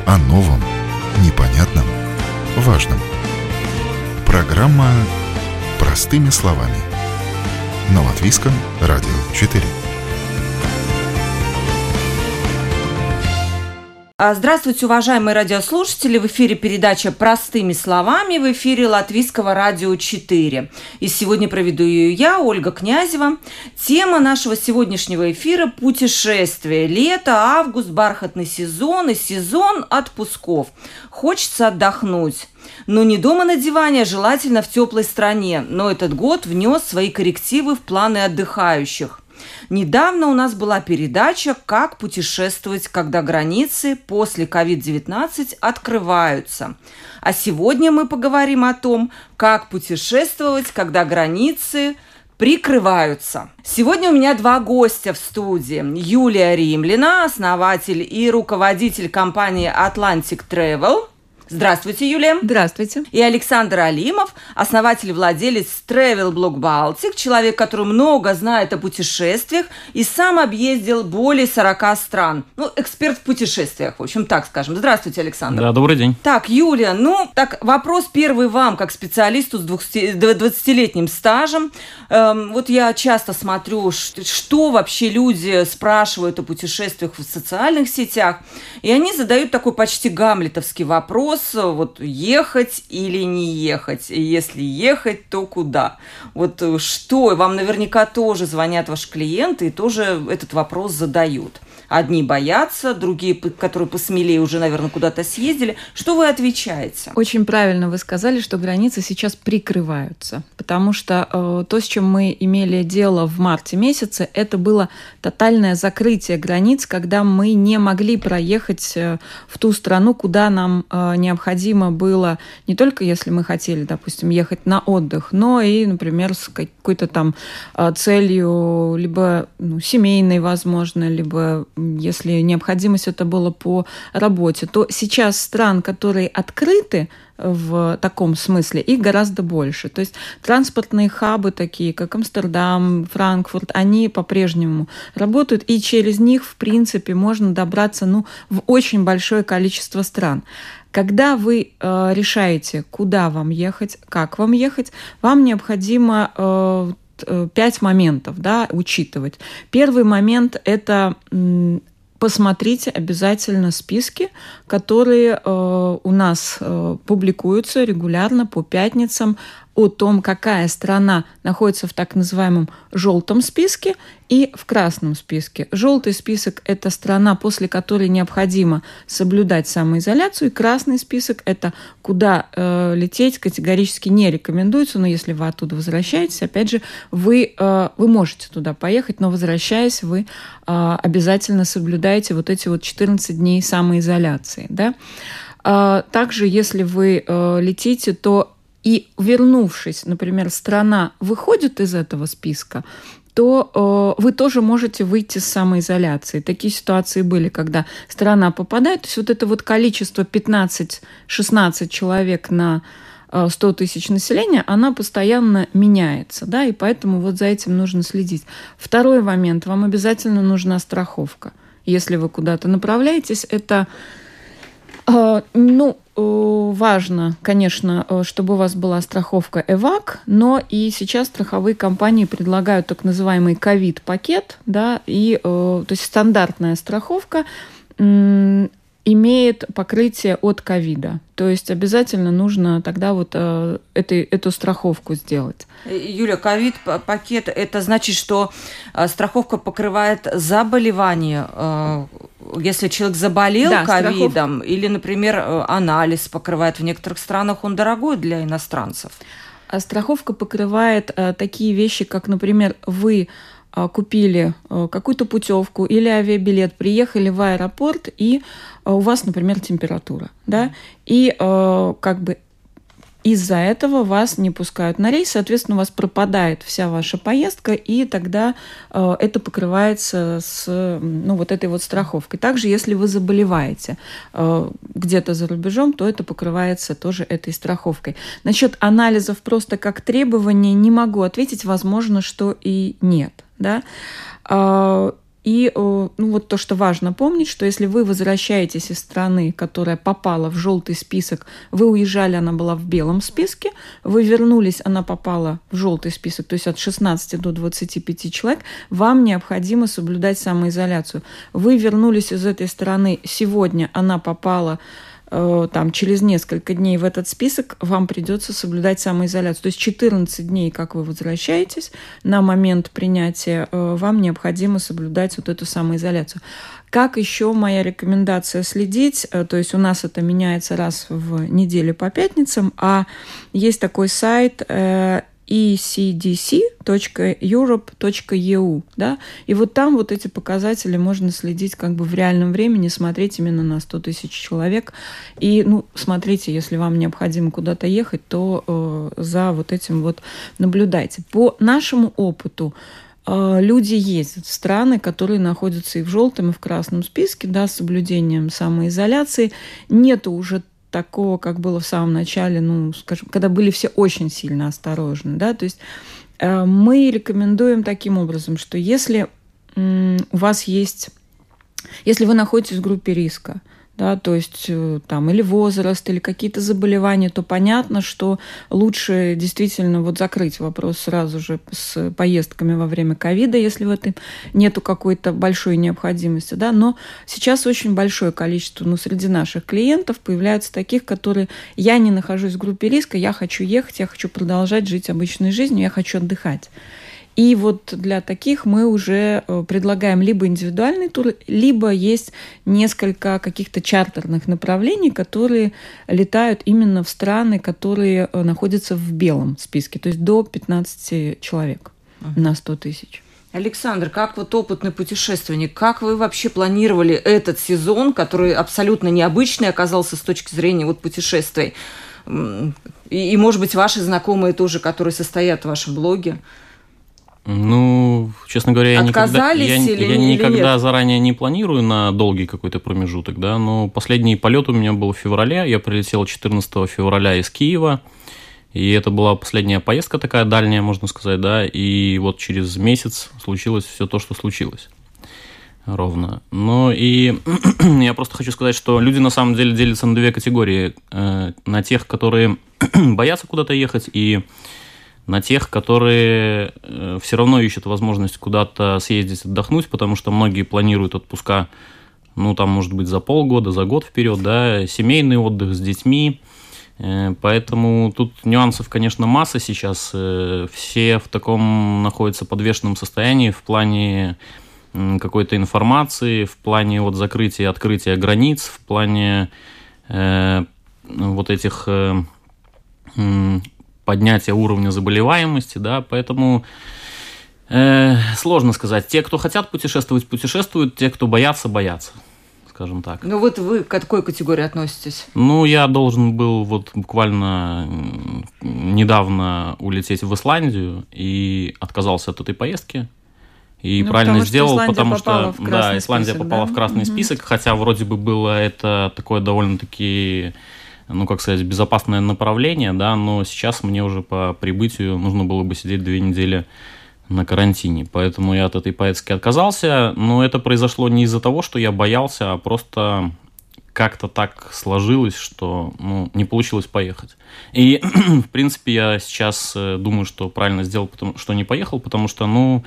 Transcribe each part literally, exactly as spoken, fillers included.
О новом, непонятном, важном. Программа «Простыми словами» на Латвийском радио четыре. Здравствуйте, уважаемые радиослушатели! В эфире передача «Простыми словами», в эфире Латвийского радио четыре. И сегодня проведу ее я, Ольга Князева. Тема нашего сегодняшнего эфира – путешествие. Лето, август, бархатный сезон и сезон отпусков. Хочется отдохнуть. Но не дома на диване, а желательно в теплой стране. Но этот год внес свои коррективы в планы отдыхающих. Недавно у нас была передача «Как путешествовать, когда границы после ковид девятнадцать открываются». А сегодня мы поговорим о том, как путешествовать, когда границы прикрываются. Сегодня у меня два гостя в студии. Юлия Римляна, основатель и руководитель компании Atlantic Travel. Здравствуйте, Юлия. Здравствуйте. И Александр Алимов, основатель и владелец Travel Blog Baltic, человек, который много знает о путешествиях и сам объездил более сорока стран. Ну, эксперт в путешествиях, в общем, так скажем. Здравствуйте, Александр. Да, добрый день. Так, Юлия, ну, так, вопрос первый вам, как специалисту с двадцатилетним стажем. Эм, вот я часто смотрю, что вообще люди спрашивают о путешествиях в социальных сетях, и они задают такой почти гамлетовский вопрос: вот ехать или не ехать? И если ехать, то куда? Вот что? Вам наверняка тоже звонят ваши клиенты и тоже этот вопрос задают. Одни боятся, другие, которые посмелее, уже, наверное, куда-то съездили. Что вы отвечаете? Очень правильно вы сказали, что границы сейчас прикрываются, потому что э, то, с чем мы имели дело в марте месяце, это было тотальное закрытие границ, когда мы не могли проехать э, в ту страну, куда нам э, необходимо было, не только если мы хотели, допустим, ехать на отдых, но и, например, с какой-то там э, целью, либо ну, семейной, возможно, либо если необходимость это было по работе, то сейчас стран, которые открыты в таком смысле, их гораздо больше. То есть транспортные хабы, такие как Амстердам, Франкфурт, они по-прежнему работают, и через них, в принципе, можно добраться ну, в очень большое количество стран. Когда вы э, решаете, куда вам ехать, как вам ехать, вам необходимо э, пять моментов, да, учитывать. Первый момент – это м, посмотрите обязательно списки, которые э, у нас э, публикуются регулярно по пятницам о том, какая страна находится в так называемом желтом списке и в красном списке. Желтый список – это страна, после которой необходимо соблюдать самоизоляцию, и красный список – это куда э, лететь категорически не рекомендуется, но если вы оттуда возвращаетесь, опять же, вы, э, вы можете туда поехать, но возвращаясь, вы э, обязательно соблюдаете вот эти вот четырнадцать дней самоизоляции. Да? Э, также, если вы э, летите, то и вернувшись, например, страна выходит из этого списка, то э, вы тоже можете выйти с самоизоляции. Такие ситуации были, когда страна попадает, то есть вот это вот количество пятнадцать-шестнадцать человек на э, сто тысяч населения, она постоянно меняется, да, и поэтому вот за этим нужно следить. Второй момент, вам обязательно нужна страховка. Если вы куда-то направляетесь, это, э, ну, важно, конечно, чтобы у вас была страховка ЭВАК, но и сейчас страховые компании предлагают так называемый ковид-пакет, да, и, то есть стандартная страховка имеет покрытие от ковида. То есть обязательно нужно тогда вот э, эту, эту страховку сделать. Юля, ковид-пакет – это значит, что страховка покрывает заболевание, э, если человек заболел да, ковидом, страхов... или, например, анализ покрывает. В некоторых странах он дорогой для иностранцев. А страховка покрывает э, такие вещи, как, например, вы купили какую-то путевку или авиабилет, приехали в аэропорт, и у вас, например, температура, да, и как бы из-за этого вас не пускают на рейс, соответственно, у вас пропадает вся ваша поездка, и тогда э, это покрывается с ну, вот этой вот страховкой. Также, если вы заболеваете э, где-то за рубежом, то это покрывается тоже этой страховкой. Насчет анализов просто как требование не могу ответить, возможно, что и нет, да. Э, И И ну, вот то, что важно помнить, что если вы возвращаетесь из страны, которая попала в желтый список, вы уезжали, она была в белом списке, вы вернулись, она попала в желтый список, то есть от шестнадцати до двадцати пяти человек, вам необходимо соблюдать самоизоляцию. Вы вернулись из этой страны сегодня, она попала там, через несколько дней в этот список, вам придется соблюдать самоизоляцию. То есть четырнадцать дней, как вы возвращаетесь, на момент принятия вам необходимо соблюдать вот эту самоизоляцию. Как еще моя рекомендация следить? То есть у нас это меняется раз в неделю по пятницам, а есть такой сайт и си ди си точка юроп точка и ю, да, и вот там вот эти показатели можно следить как бы в реальном времени, смотреть именно на сто тысяч человек, и, ну, смотрите, если вам необходимо куда-то ехать, то э, за вот этим вот наблюдайте. По нашему опыту э, люди ездят в страны, которые находятся и в желтом, и в красном списке, да, с соблюдением самоизоляции. Нету уже такого, как было в самом начале, ну, скажем, когда были все очень сильно осторожны, да, то есть э, мы рекомендуем таким образом, что если э, у вас есть, если вы находитесь в группе риска, да, то есть э, там или возраст, или какие-то заболевания, то понятно, что лучше действительно вот закрыть вопрос сразу же с поездками во время ковида, если в этом нету какой-то большой необходимости, да, но сейчас очень большое количество, ну, среди наших клиентов появляются таких, которые, я не нахожусь в группе риска, я хочу ехать, я хочу продолжать жить обычной жизнью, я хочу отдыхать. И вот для таких мы уже предлагаем либо индивидуальный тур, либо есть несколько каких-то чартерных направлений, которые летают именно в страны, которые находятся в белом списке, то есть до пятнадцати человек uh-huh. на сто тысяч. Александр, как вот опытный путешественник, как вы вообще планировали этот сезон, который абсолютно необычный оказался с точки зрения вот путешествий? И, и, может быть, ваши знакомые тоже, которые состоят в вашем блоге? Ну, честно говоря, я никогда, я, или, я никогда заранее не планирую на долгий какой-то промежуток, да, но последний полет у меня был в феврале, я прилетел четырнадцатого февраля из Киева, и это была последняя поездка такая дальняя, можно сказать, да, и вот через месяц случилось все то, что случилось. Ровно. Ну и я просто хочу сказать, что люди на самом деле делятся на две категории. На тех, которые боятся куда-то ехать, и на тех, которые все равно ищут возможность куда-то съездить, отдохнуть, потому что многие планируют отпуска, ну, там, может быть, за полгода, за год вперед, да, семейный отдых с детьми. Поэтому тут нюансов, конечно, масса сейчас. Все в таком находятся подвешенном состоянии в плане какой-то информации, в плане вот закрытия и открытия границ, в плане э, вот этих... Э, поднятия уровня заболеваемости, да, поэтому э, сложно сказать. Те, кто хотят путешествовать, путешествуют, те, кто боятся, боятся, скажем так. Ну вот вы к какой категории относитесь? Ну, я должен был вот буквально недавно улететь в Исландию и отказался от этой поездки. И ну, правильно сделал, потому что да, Исландия список, попала да? в красный угу. список, хотя вроде бы было это такое довольно-таки... ну, как сказать, безопасное направление, да, но сейчас мне уже по прибытию нужно было бы сидеть две недели на карантине, поэтому я от этой поездки отказался, но это произошло не из-за того, что я боялся, а просто как-то так сложилось, что, ну, не получилось поехать. И, в принципе, я сейчас думаю, что правильно сделал, потому что не поехал, потому что, ну,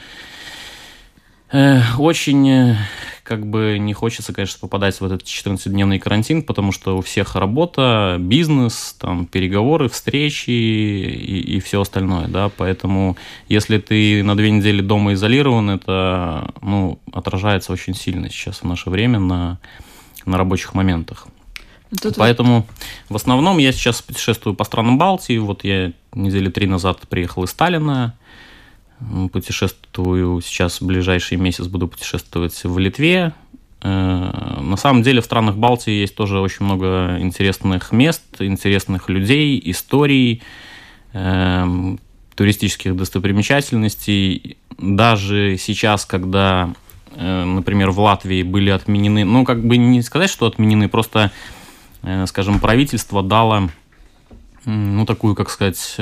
э, очень... как бы не хочется, конечно, попадать в этот четырнадцатидневный карантин, потому что у всех работа, бизнес, там, переговоры, встречи и, и все остальное, да, поэтому если ты на две недели дома изолирован, это, ну, отражается очень сильно сейчас в наше время на, на рабочих моментах. Тут Поэтому в основном я сейчас путешествую по странам Балтии, вот я недели три назад приехал из Таллина, путешествую сейчас, в ближайший месяц буду путешествовать в Литве. На самом деле в странах Балтии есть тоже очень много интересных мест, интересных людей, историй, туристических достопримечательностей. Даже сейчас, когда, например, в Латвии были отменены, ну, как бы не сказать, что отменены, просто, скажем, правительство дало, ну, такую, как сказать,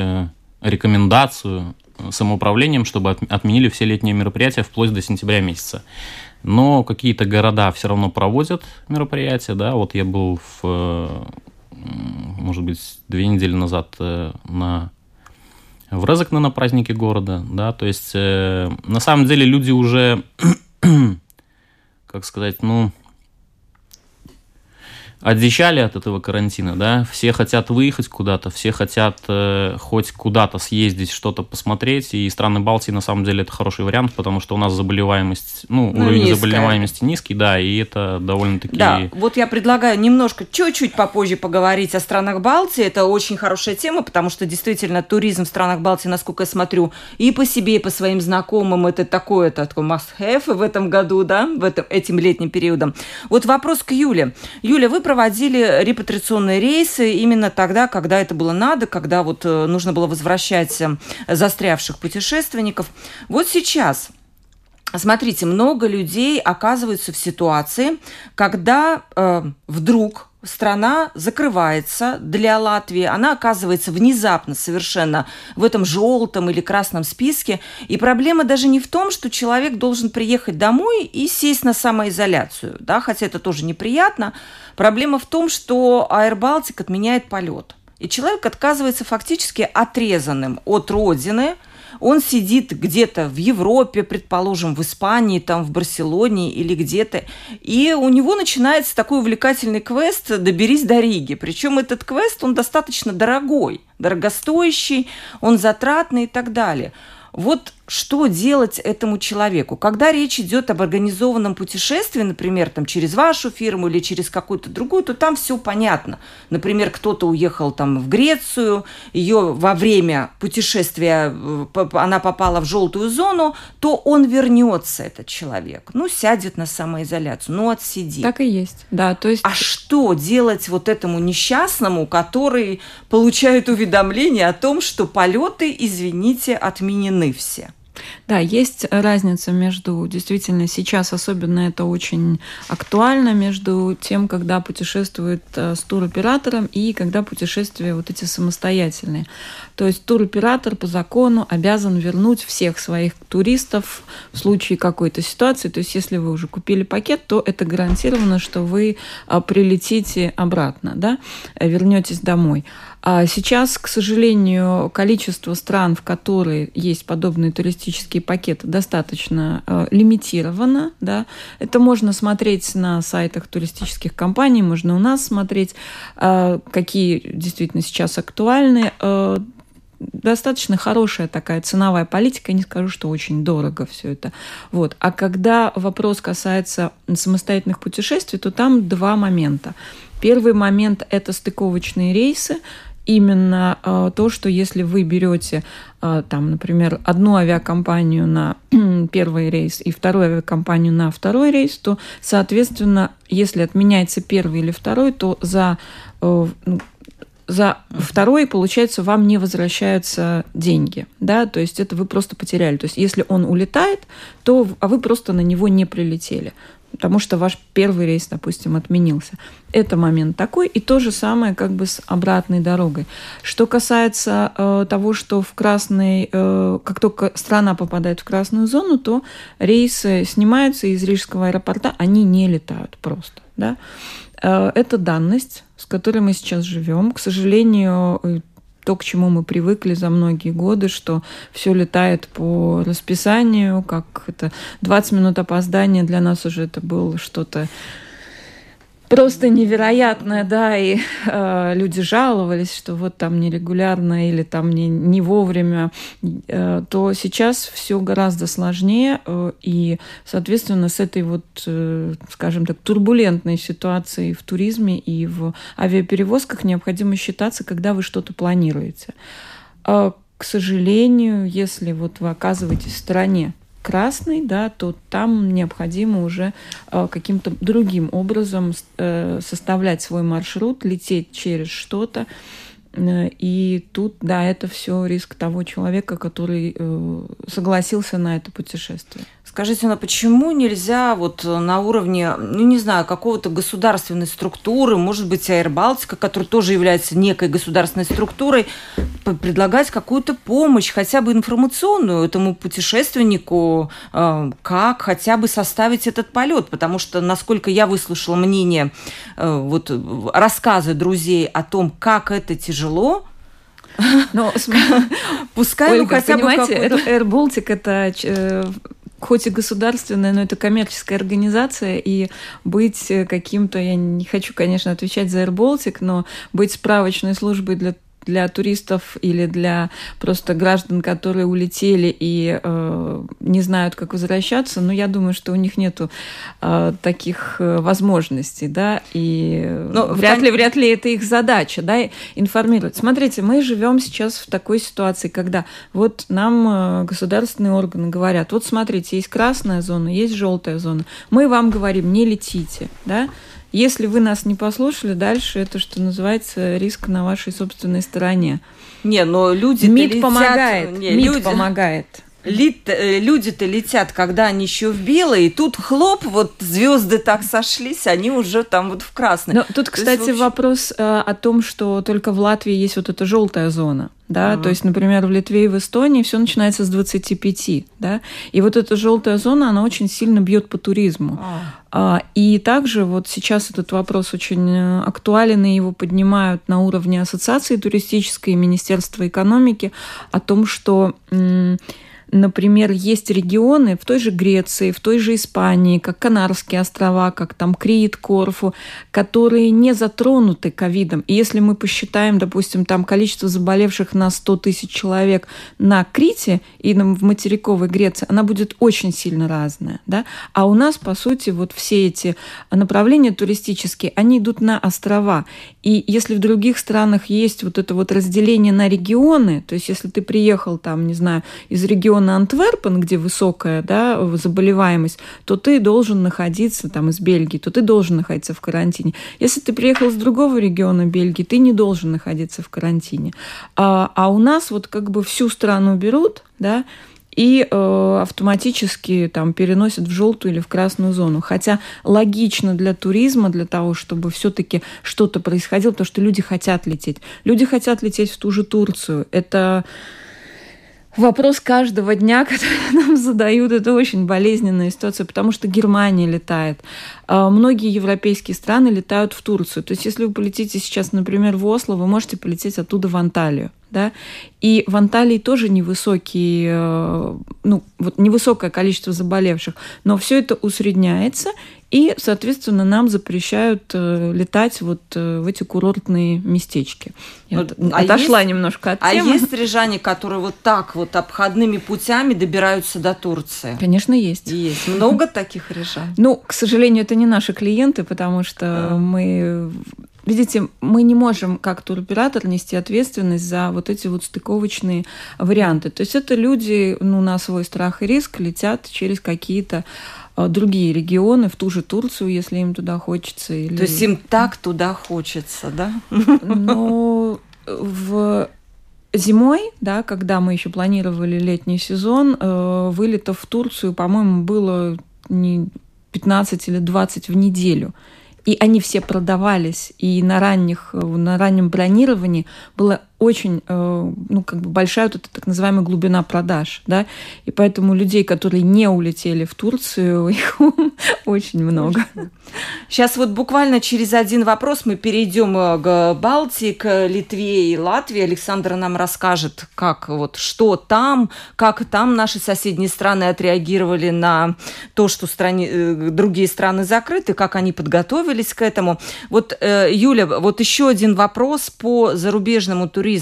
рекомендацию самоуправлением, чтобы отменили все летние мероприятия вплоть до сентября месяца. Но какие-то города все равно проводят мероприятия, да, вот я был, в, может быть, две недели назад на, в Резекне на празднике города, да, то есть на самом деле люди уже, как сказать, ну, одичали от этого карантина, да, все хотят выехать куда-то, все хотят э, хоть куда-то съездить, что-то посмотреть, и страны Балтии, на самом деле, это хороший вариант, потому что у нас заболеваемость, ну, ну уровень низкая. заболеваемости низкий, да, и это довольно-таки... Да, вот я предлагаю немножко, чуть-чуть попозже поговорить о странах Балтии, это очень хорошая тема, потому что, действительно, туризм в странах Балтии, насколько я смотрю, и по себе, и по своим знакомым, это такое, это такой must-have в этом году, да, в этом, этим летним периодом. Вот вопрос к Юле. Юля, вы проводили репатриационные рейсы именно тогда, когда это было надо, когда вот нужно было возвращать застрявших путешественников. Вот сейчас, смотрите, много людей оказываются в ситуации, когда э, вдруг страна закрывается для Латвии, она оказывается внезапно совершенно в этом желтом или красном списке. И проблема даже не в том, что человек должен приехать домой и сесть на самоизоляцию, да, хотя это тоже неприятно. Проблема в том, что Air Baltic отменяет полет. И человек оказывается фактически отрезанным от родины. Он сидит где-то в Европе, предположим, в Испании, там, в Барселоне или где-то, и у него начинается такой увлекательный квест «Доберись до Риги». Причем этот квест, он достаточно дорогой, дорогостоящий, он затратный и так далее. Вот что делать этому человеку? Когда речь идет об организованном путешествии, например, там, через вашу фирму или через какую-то другую, то там все понятно. Например, кто-то уехал там, в Грецию, ее во время путешествия она попала в желтую зону, то он вернется, этот человек. Ну, сядет на самоизоляцию, ну, отсидит. Так и есть, да. То есть... А что делать вот этому несчастному, который получает уведомление о том, что полеты, извините, отменены все? Да, есть разница между, действительно, сейчас особенно это очень актуально, между тем, когда путешествует с туроператором и когда путешествия вот эти самостоятельные. То есть туроператор по закону обязан вернуть всех своих туристов в случае какой-то ситуации. То есть если вы уже купили пакет, то это гарантированно, что вы прилетите обратно, да, вернетесь домой. А сейчас, к сожалению, количество стран, в которые есть подобные туристические пакеты, достаточно э, лимитировано. Да? Это можно смотреть на сайтах туристических компаний, можно у нас смотреть, э, какие действительно сейчас актуальны. Э, достаточно хорошая такая ценовая политика, я не скажу, что очень дорого все это. Вот. А когда вопрос касается самостоятельных путешествий, то там два момента. Первый момент – это стыковочные рейсы. Именно э, то, что если вы берете, э, там, например, одну авиакомпанию на первый рейс и вторую авиакомпанию на второй рейс, то, соответственно, если отменяется первый или второй, то за, э, за второй, получается, вам не возвращаются деньги. Да? То есть это вы просто потеряли. То есть если он улетает, то а вы просто на него не прилетели, потому что ваш первый рейс, допустим, отменился. Это момент такой. И то же самое как бы с обратной дорогой. Что касается э, того, что в красный, э, как только страна попадает в красную зону, то рейсы снимаются из Рижского аэропорта, они не летают просто. Да? Э, это данность, с которой мы сейчас живем. К сожалению, то, к чему мы привыкли за многие годы, что все летает по расписанию, как это двадцать минут опоздания для нас уже это было что-то просто невероятное, да, и э, люди жаловались, что вот там нерегулярно или там не, не вовремя, э, то сейчас все гораздо сложнее, э, и, соответственно, с этой вот, э, скажем так, турбулентной ситуацией в туризме и в авиаперевозках необходимо считаться, когда вы что-то планируете. Э, к сожалению, если вот вы оказываетесь в стране красный, да, то там необходимо уже э, каким-то другим образом э, составлять свой маршрут, лететь через что-то. Э, и тут, да, это все риск того человека, который э, согласился на это путешествие. Скажите, ну почему нельзя вот на уровне, ну не знаю, какого-то государственной структуры, может быть, Air Baltica, которая тоже является некой государственной структурой, предлагать какую-то помощь, хотя бы информационную этому путешественнику, как хотя бы составить этот полет, потому что, насколько я выслушала мнение, вот рассказы друзей о том, как это тяжело. Но пускай Ольга, ну хотя понимаете, бы Air Baltic это хоть и государственная, но это коммерческая организация, и быть каким-то, я не хочу, конечно, отвечать за Air Baltic, но быть справочной службой для для туристов или для просто граждан, которые улетели и э, не знают, как возвращаться, но я думаю, что у них нету э, таких возможностей, да, и но вряд ли, вряд ли это их задача, да, информировать. Смотрите, мы живем сейчас в такой ситуации, когда вот нам государственные органы говорят, вот смотрите, есть красная зона, есть желтая зона, мы вам говорим, не летите, да. Если вы нас не послушали, дальше это, что называется, риск на вашей собственной стороне. Не, но люди МИД летят... помогает. Не, МИД люди... помогает. Лет, люди-то летят, когда они еще в белой, и тут хлоп, вот звезды так сошлись, они уже там вот в красной. Но тут, кстати, то есть, в общем... вопрос э, о том, что только в Латвии есть вот эта желтая зона. Да, uh-huh. То есть, например, в Литве и в Эстонии все начинается с двадцати пяти, да, и вот эта желтая зона, она очень сильно бьет по туризму. Uh-huh. А, и также вот сейчас этот вопрос очень актуален, и его поднимают на уровне Ассоциации туристической и Министерства экономики о том, что... М- Например, есть регионы в той же Греции, в той же Испании, как Канарские острова, как там Крит, Корфу, которые не затронуты ковидом. И если мы посчитаем, допустим, там количество заболевших на сто тысяч человек на Крите и в материковой Греции, она будет очень сильно разная. Да? А у нас, по сути, вот все эти направления туристические, они идут на острова. И если в других странах есть вот это вот разделение на регионы, то есть если ты приехал там, не знаю, из региона на Антверпен, где высокая, да, заболеваемость, то ты должен находиться там из Бельгии, то ты должен находиться в карантине. Если ты приехал из другого региона Бельгии, ты не должен находиться в карантине. А, а у нас вот как бы всю страну берут, да, и э, автоматически там переносят в желтую или в красную зону. Хотя логично для туризма, для того, чтобы все-таки что-то происходило, потому что люди хотят лететь. Люди хотят лететь в ту же Турцию. Это вопрос каждого дня, который нам задают, это очень болезненная ситуация, потому что Германия летает. Многие европейские страны летают в Турцию. То есть если вы полетите сейчас, например, в Осло, вы можете полететь оттуда в Анталию. Да? И в Анталии тоже невысокий, ну, вот невысокое количество заболевших, но все это усредняется, и, соответственно, нам запрещают э, летать вот э, в эти курортные местечки. Я ну, а отошла есть, немножко от а темы. А есть рижане, которые вот так вот обходными путями добираются до Турции? Конечно, есть. Есть. Много таких рижан? Ну, к сожалению, это не наши клиенты, потому что а. мы... Видите, мы не можем, как туроператор, нести ответственность за вот эти вот стыковочные варианты. То есть это люди, ну, на свой страх и риск летят через какие-то другие регионы, в ту же Турцию, если им туда хочется. Или... То есть им так туда хочется, да? Ну, в... Зимой, да, когда мы еще планировали летний сезон, вылетов в Турцию, по-моему, было не пятнадцать или двадцать в неделю. И они все продавались, и на, ранних, на раннем бронировании была очень, ну, как бы большая вот эта так называемая глубина продаж, да, и поэтому людей, которые не улетели в Турцию, их очень много. Сейчас вот буквально через один вопрос мы перейдем к Балтии, к Литве и Латвии. Александра нам расскажет, как вот, что там, как там наши соседние страны отреагировали на то, что стране, другие страны закрыты, как они подготовились к этому. Вот, Юля, вот еще один вопрос по зарубежному туризму.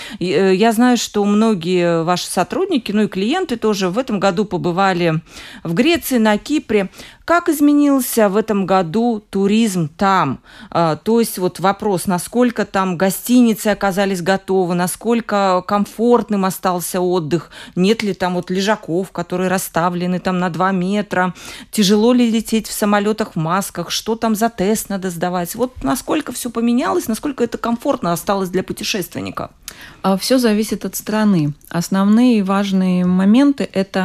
Я знаю, что многие ваши сотрудники, ну и клиенты тоже в этом году побывали в Греции, на Кипре. Как изменился в этом году туризм там? То есть вот вопрос, насколько там гостиницы оказались готовы, насколько комфортным остался отдых, нет ли там вот лежаков, которые расставлены там на два метра, тяжело ли лететь в самолетах в масках, что там за тест надо сдавать? Вот насколько все поменялось, насколько это комфортно осталось для путешественника? Все зависит от страны. Основные важные моменты – это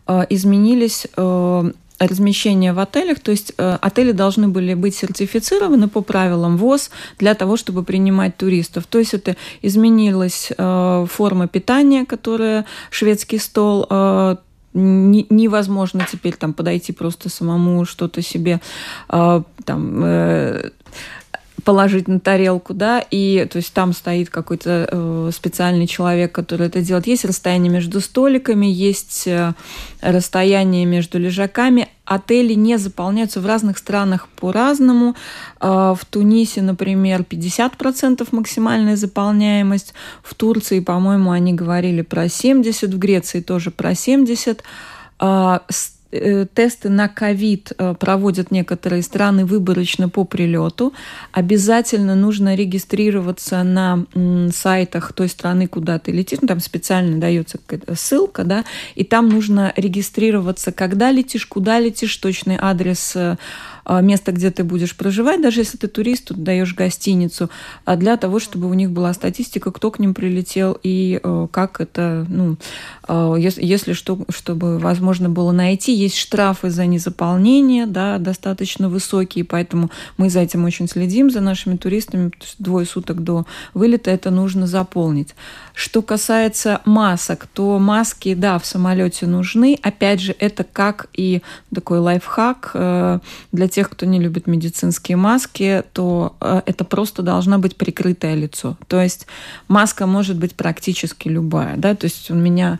изменились размещение в отелях, то есть э, отели должны были быть сертифицированы по правилам ВОЗ для того, чтобы принимать туристов. То есть это изменилась э, форма питания, которая шведский стол, э, не, невозможно теперь там подойти просто самому что-то себе э, там э, положить на тарелку, да, и то есть там стоит какой-то э, специальный человек, который это делает. Есть расстояние между столиками, есть э, расстояние между лежаками. Отели не заполняются в разных странах по-разному. Э, в Тунисе, например, пятьдесят процентов максимальная заполняемость. В Турции, по-моему, они говорили про семьдесят, в Греции тоже про семьдесят. Э, Тесты на ковид проводят некоторые страны выборочно по прилету. Обязательно нужно регистрироваться на сайтах той страны, куда ты летишь. Ну, там специально дается ссылка, да, и там нужно регистрироваться, когда летишь, куда летишь, точный адрес место, где ты будешь проживать, даже если ты турист, тут даешь гостиницу, для того, чтобы у них была статистика, кто к ним прилетел и как это, ну, если, если что, чтобы возможно было найти. Есть штрафы за незаполнение, да, достаточно высокие, поэтому мы за этим очень следим, за нашими туристами, двое суток до вылета это нужно заполнить. Что касается масок, то маски, да, в самолете нужны. Опять же, это как и такой лайфхак для тех, кто не любит медицинские маски, то это просто должна быть прикрытое лицо. То есть маска может быть практически любая, да, то есть у меня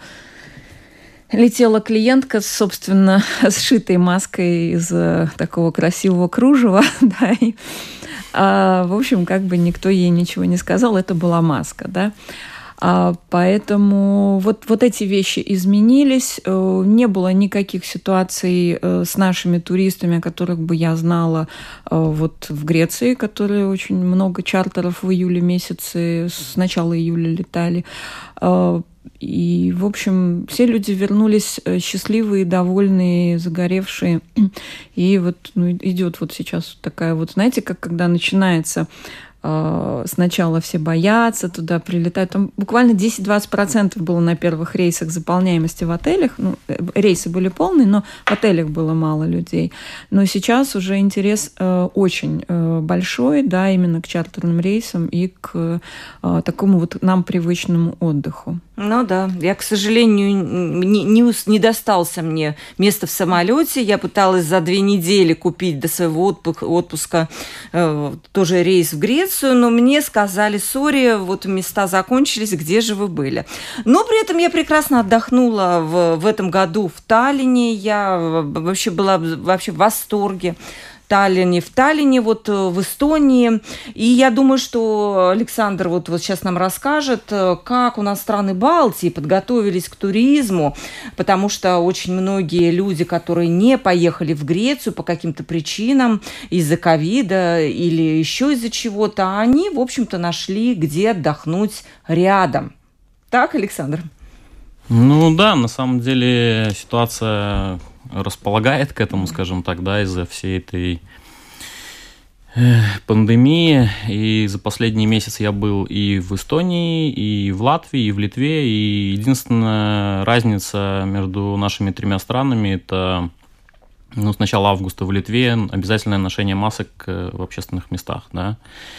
летела клиентка, собственно, сшитой маской из такого красивого кружева, да, и, а, в общем, как бы никто ей ничего не сказал, это была маска, да. А, поэтому вот, вот эти вещи изменились. Не было никаких ситуаций с нашими туристами, о которых бы я знала вот в Греции, которые очень много чартеров в июле месяце, с начала июля летали. И, в общем, все люди вернулись счастливые, довольные, загоревшие. И вот ну, идет вот сейчас такая вот, знаете, как когда начинается сначала все боятся, туда прилетают. Там буквально десять-двадцать процентов было на первых рейсах заполняемости в отелях. Ну, рейсы были полные, но в отелях было мало людей. Но сейчас уже интерес э, очень э, большой, да, именно к чартерным рейсам и к э, такому вот нам привычному отдыху. Ну да, я, к сожалению, не, не, не достался мне место в самолете. Я пыталась за две недели купить до своего отпуска, отпуска э, тоже рейс в Грецию, но мне сказали, сори, вот места закончились, где же вы были? Но при этом я прекрасно отдохнула в, в этом году в Таллине. Я вообще была вообще в восторге. Таллине, в Таллине, вот в Эстонии. И я думаю, что Александр вот, вот сейчас нам расскажет, как у нас страны Балтии подготовились к туризму, потому что очень многие люди, которые не поехали в Грецию по каким-то причинам, из-за ковида или еще из-за чего-то, они, в общем-то, нашли, где отдохнуть рядом. Так, Александр? Ну да, на самом деле ситуация располагает к этому, скажем так, да, из-за всей этой э, пандемии. И за последний месяц я был и в Эстонии, и в Латвии, и в Литве. И единственная разница между нашими тремя странами – это ну, с начала августа в Литве обязательное ношение масок в общественных местах. Да.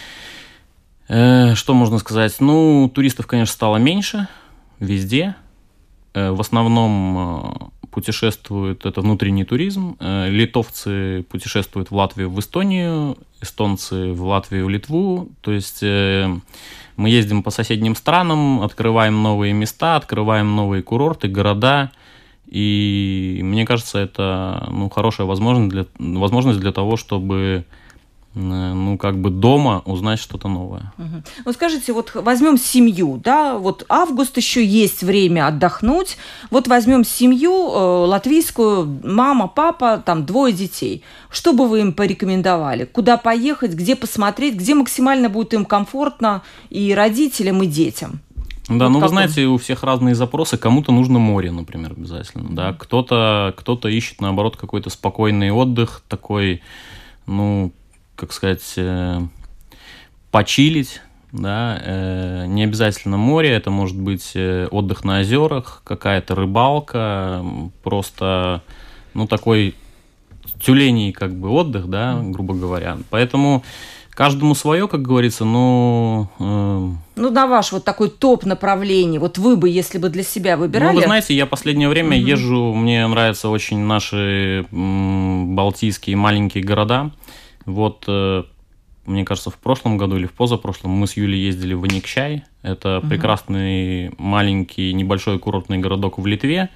Э, что можно сказать? Ну, туристов, конечно, стало меньше везде. Э, в основном путешествуют, это внутренний туризм. Литовцы путешествуют в Латвию, в Эстонию, эстонцы в Латвию, в Литву. То есть э, мы ездим по соседним странам, открываем новые места, открываем новые курорты, города. И мне кажется, это ну, хорошая возможность для, возможность для того, чтобы ну, как бы дома узнать что-то новое. Угу. Ну, скажите, вот возьмем семью, да, вот август еще есть время отдохнуть, вот возьмем семью э, латвийскую, мама, папа, там двое детей. Что бы вы им порекомендовали? Куда поехать, где посмотреть, где максимально будет им комфортно и родителям, и детям? Да, вот ну вы знаете, он? у всех разные запросы. Кому-то нужно море, например, обязательно. Да? Кто-то, кто-то ищет, наоборот, какой-то спокойный отдых, такой, ну, как сказать, э, почилить, да, э, не обязательно море, это может быть отдых на озерах, какая-то рыбалка, просто, ну, такой тюленей, как бы, отдых, да, грубо говоря. Поэтому каждому свое, как говорится, но... Э... Ну, на ваш вот такой топ направлений, вот вы бы, если бы для себя выбирали... Ну, вы знаете, я в последнее время угу. езжу, мне нравятся очень наши м, балтийские маленькие города. Вот, э, мне кажется, в прошлом году или в позапрошлом мы с Юлей ездили в Аникчай. Это угу. прекрасный маленький небольшой курортный городок в Литве,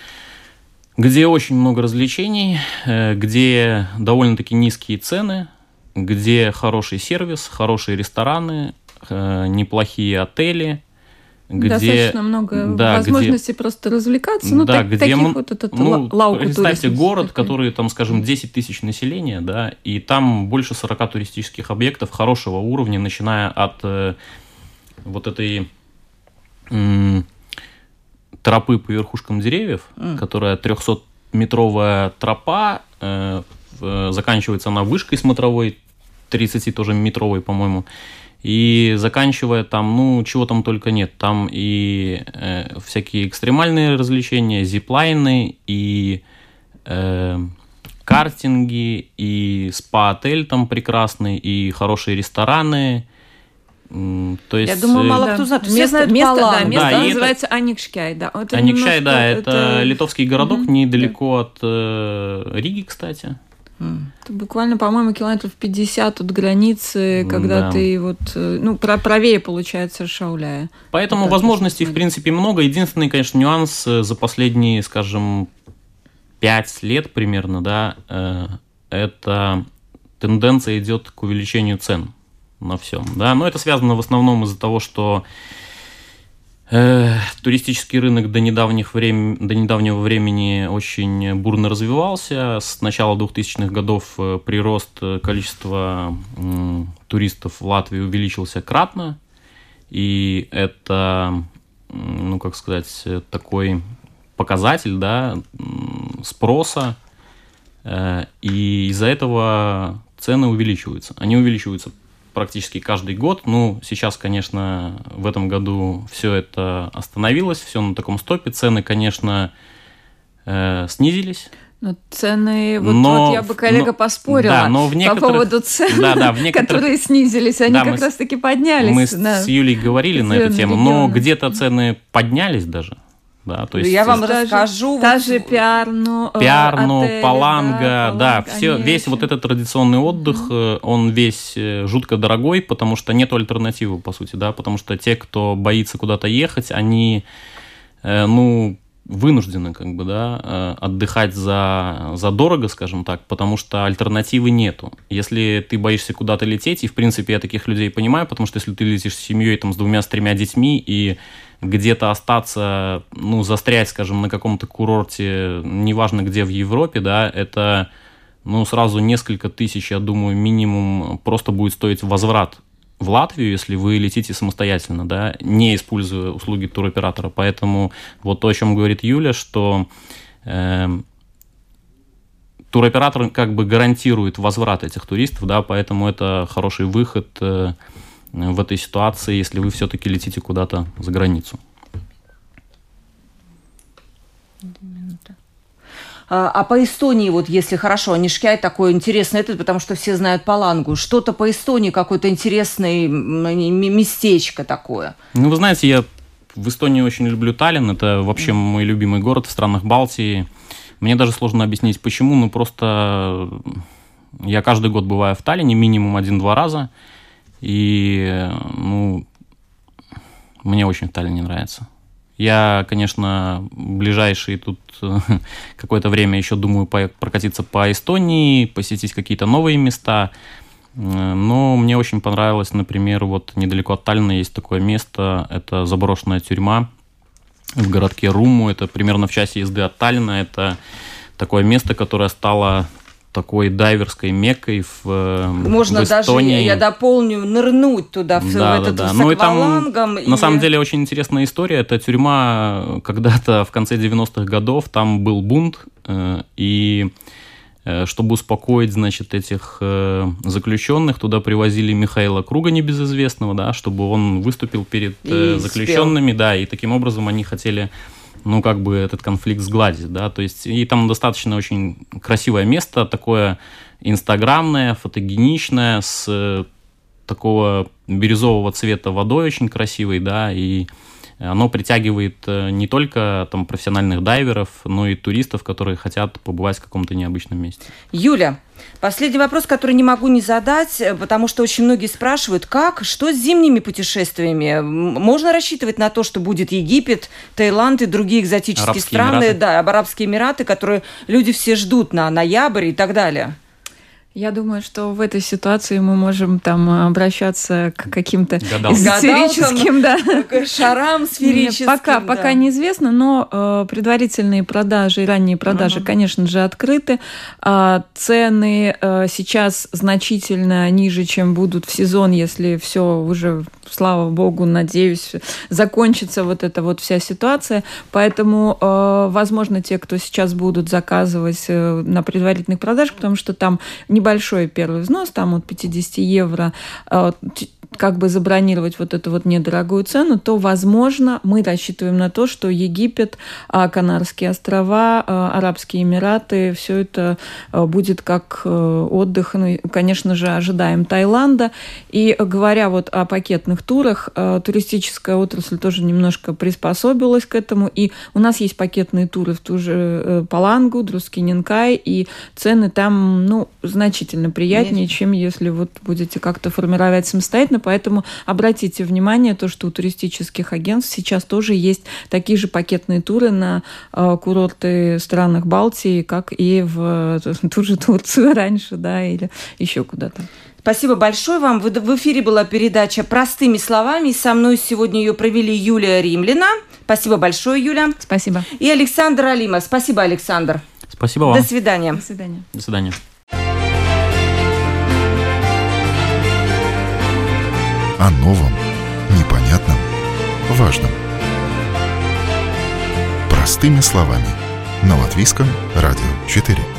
где очень много развлечений, э, где довольно-таки низкие цены, где хороший сервис, хорошие рестораны, э, неплохие отели, где... Достаточно много да, возможностей где... просто развлекаться. Ну, да, так, где... таких вот этот ну, лауку представьте город, такой. который, там, скажем, десять тысяч населения, да, и там больше сорок туристических объектов хорошего уровня, начиная от э, вот этой э, тропы по верхушкам деревьев, mm. которая трехсотметровая тропа, э, э, заканчивается она вышкой смотровой, тридцать тоже метровой, по-моему, и заканчивая там, ну, чего там только нет. Там и э, всякие экстремальные развлечения, зиплайны, и э, картинги, и спа-отель там прекрасный, и хорошие рестораны. То есть, я думаю, мало да. кто знает. Все место, знают место, да, место да, называется это... Аникчай. Да. Это Аникчай, да, это, это литовский городок, угу, недалеко да. от э, Риги, кстати. Это буквально, по-моему, километров пятьдесят от границы, когда да. ты вот, ну, правее, получается, Шауляя. Поэтому вот возможностей, в принципе, много. Единственный, конечно, нюанс за последние, скажем, пять лет примерно, да, э, это тенденция идет к увеличению цен на всем, да. Но это связано в основном из-за того, что Э, туристический рынок до, недавних врем... до недавнего времени очень бурно развивался. С начала двухтысячных годов прирост количества э, туристов в Латвии увеличился кратно. И это, ну, как сказать, такой показатель, да, спроса. Э, и из-за этого цены увеличиваются. Они увеличиваются практически каждый год. Ну, сейчас, конечно, в этом году все это остановилось, все на таком стопе. Цены, конечно, э, снизились. Но цены, вот, но, вот я бы, коллега, но, поспорила да, но в некоторых, по поводу цен, да, да, в некоторых, которые снизились, они да, как раз-таки поднялись. Мы да. с Юлей говорили на эту тему, регионы. Но где-то цены поднялись даже. Да, то есть я вам даже, расскажу. Даже Пиарну, Пиарну, отели, Паланга, да, да, все, весь очень... вот этот традиционный отдых, mm-hmm. он весь жутко дорогой, потому что нету альтернативы, по сути, да, потому что те, кто боится куда-то ехать, они, ну, вынуждены, как бы, да, отдыхать за, за дорого, скажем так, потому что альтернативы нету. Если ты боишься куда-то лететь, и, в принципе, я таких людей понимаю, потому что если ты летишь с семьей, там, с двумя, с тремя детьми, и где-то остаться, ну, застрять, скажем, на каком-то курорте, неважно где в Европе, да, это, ну, сразу несколько тысяч, я думаю, минимум просто будет стоить возврат в Латвию, если вы летите самостоятельно, да, не используя услуги туроператора. Поэтому вот то, о чем говорит Юля, что э, туроператор как бы гарантирует возврат этих туристов, да, поэтому это хороший выход э, в этой ситуации, если вы все-таки летите куда-то за границу. А по Эстонии, вот если хорошо, Аникчай такой интересный, это потому что все знают Палангу. Что-то по Эстонии, какое-то интересное местечко такое. Ну, вы знаете, я в Эстонии очень люблю Таллин. Это вообще мой любимый город в странах Балтии. Мне даже сложно объяснить, почему. Ну, просто я каждый год бываю в Таллине минимум один-два раза. И, ну, мне очень в Таллине нравится. Я, конечно, ближайшие тут какое-то время еще думаю прокатиться по Эстонии, посетить какие-то новые места. Но мне очень понравилось, например, вот недалеко от Таллина есть такое место, это заброшенная тюрьма в городке Руму. Это примерно в часе езды от Таллина. Это такое место, которое стало такой дайверской меккой в, Можно в Эстонии. Даже, я дополню, нырнуть туда, в, да, в этот да, да. с Ну, аквалангом. И там, и... на самом деле, очень интересная история. Эта тюрьма когда-то в конце девяностых годов, там был бунт, и Чтобы успокоить, значит, этих э, заключенных, туда привозили Михаила Круга, небезызвестного, да, чтобы он выступил перед э, заключенными, да, и таким образом они хотели, ну, как бы этот конфликт сгладить, да, то есть, и там достаточно очень красивое место, такое инстаграмное, фотогеничное, с э, такого бирюзового цвета водой очень красивой, да, и оно притягивает не только там профессиональных дайверов, но и туристов, которые хотят побывать в каком-то необычном месте. Юля, последний вопрос, который не могу не задать, потому что очень многие спрашивают, как, что с зимними путешествиями? Можно рассчитывать на то, что будет Египет, Таиланд и другие экзотические Арабские страны, Эмираты. да, Арабские Эмираты, которые люди все ждут на ноябрь и так далее? Я думаю, что в этой ситуации мы можем там обращаться к каким-то Гадалкам. сферическим, да, к шарам сферическим. Пока, да. пока неизвестно, но э, предварительные продажи и ранние продажи, uh-huh. конечно же, открыты. А цены э, сейчас значительно ниже, чем будут в сезон, если все уже, слава богу, надеюсь, закончится вот эта вот вся ситуация. Поэтому, э, возможно, те, кто сейчас будут заказывать э, на предварительных продажах, потому что там небольшой первый взнос, там от пятьдесят евро, как бы забронировать вот эту вот недорогую цену, то, возможно, мы рассчитываем на то, что Египет, Канарские острова, Арабские Эмираты, все это будет как отдых. Ну, конечно же, ожидаем Таиланда. И говоря вот о пакетных турах, туристическая отрасль тоже немножко приспособилась к этому. И у нас есть пакетные туры в ту же Палангу, Друскининкай, и цены там, ну, значительно приятнее, Нет. чем если вот будете как-то формировать самостоятельно. Поэтому обратите внимание, то, что у туристических агентств сейчас тоже есть такие же пакетные туры на э, курорты в странах Балтии, как и в э, ту же Турцию раньше, да, или еще куда-то. Спасибо большое вам. В эфире была передача «Простыми словами». И со мной сегодня ее провели Юлия Римляна. Спасибо большое, Юля. Спасибо. И Александр Алимов. Спасибо, Александр. Спасибо вам. До свидания. До свидания. До свидания. О новом, непонятном, важном. Простыми словами. На Латвийском радио четыре.